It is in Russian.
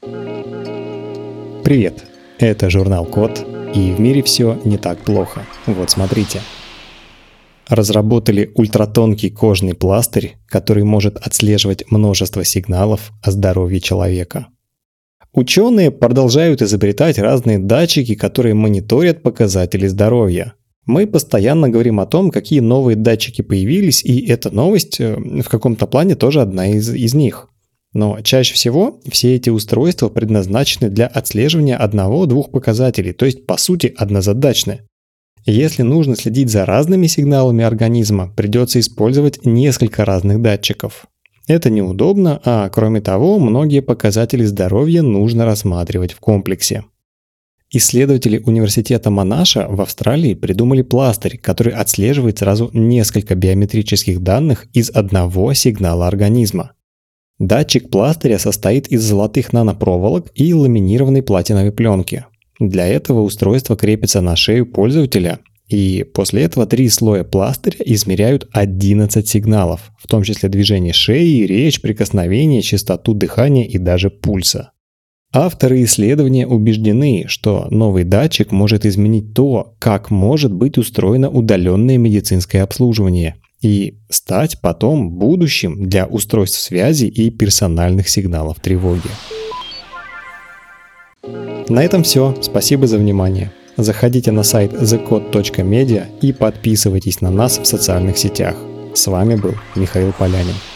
Привет, это журнал Код, и в мире все не так плохо. Вот смотрите. Разработали ультратонкий кожный пластырь, который может отслеживать множество сигналов о здоровье человека. Ученые продолжают изобретать разные датчики, которые мониторят показатели здоровья. Мы постоянно говорим о том, какие новые датчики появились, и эта новость в каком-то плане тоже одна из них. Но чаще всего все эти устройства предназначены для отслеживания одного-двух показателей, то есть по сути однозадачны. Если нужно следить за разными сигналами организма, придется использовать несколько разных датчиков. Это неудобно, а кроме того, многие показатели здоровья нужно рассматривать в комплексе. Исследователи университета Монаша в Австралии придумали пластырь, который отслеживает сразу несколько биометрических данных из одного сигнала организма. Датчик пластыря состоит из золотых нанопроволок и ламинированной платиновой пленки. Для этого устройство крепится на шею пользователя, и после этого 3 слоя пластыря измеряют 11 сигналов, в том числе движение шеи, речь, прикосновение, частоту дыхания и даже пульса. Авторы исследования убеждены, что новый датчик может изменить то, как может быть устроено удаленное медицинское обслуживание, и стать потом будущим для устройств связи и персональных сигналов тревоги. На этом все. Спасибо за внимание. Заходите на сайт thecode.media и подписывайтесь на нас в социальных сетях. С вами был Михаил Полянин.